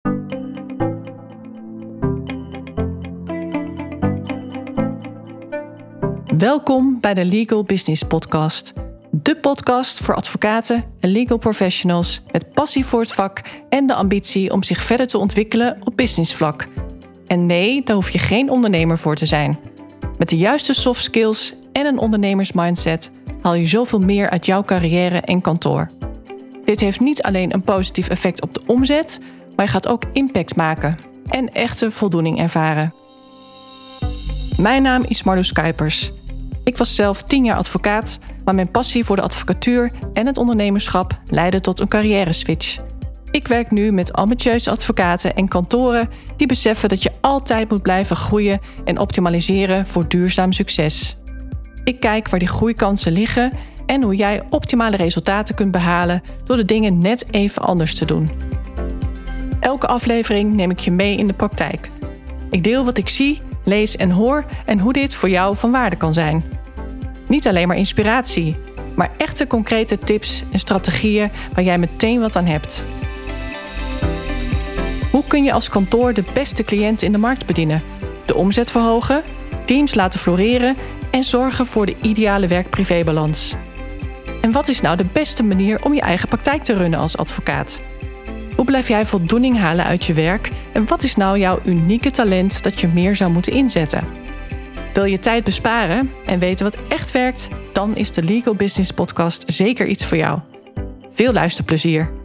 Welkom bij de Legal Business Podcast. De podcast voor advocaten en legal professionals met passie voor het vak en de ambitie om zich verder te ontwikkelen op businessvlak. En nee, daar hoef je geen ondernemer voor te zijn. Met de juiste soft skills en een ondernemersmindset haal je zoveel meer uit jouw carrière en kantoor. Dit heeft niet alleen een positief effect op de omzet, maar je gaat ook impact maken en echte voldoening ervaren. Mijn naam is Marloes Kuipers. Ik was zelf 10 jaar advocaat, maar mijn passie voor de advocatuur en het ondernemerschap leidde tot een carrière-switch. Ik werk nu met ambitieuze advocaten en kantoren die beseffen dat je altijd moet blijven groeien en optimaliseren voor duurzaam succes. Ik kijk waar die groeikansen liggen en hoe jij optimale resultaten kunt behalen door de dingen net even anders te doen. Elke aflevering neem ik je mee in de praktijk. Ik deel wat ik zie, lees en hoor en hoe dit voor jou van waarde kan zijn. Niet alleen maar inspiratie, maar echte concrete tips en strategieën waar jij meteen wat aan hebt. Hoe kun je als kantoor de beste cliënten in de markt bedienen, de omzet verhogen, teams laten floreren en zorgen voor de ideale werk-privébalans? En wat is nou de beste manier om je eigen praktijk te runnen als advocaat? Hoe blijf jij voldoening halen uit je werk en wat is nou jouw unieke talent dat je meer zou moeten inzetten? Wil je tijd besparen en weten wat echt werkt? Dan is de Legal Business Podcast zeker iets voor jou. Veel luisterplezier!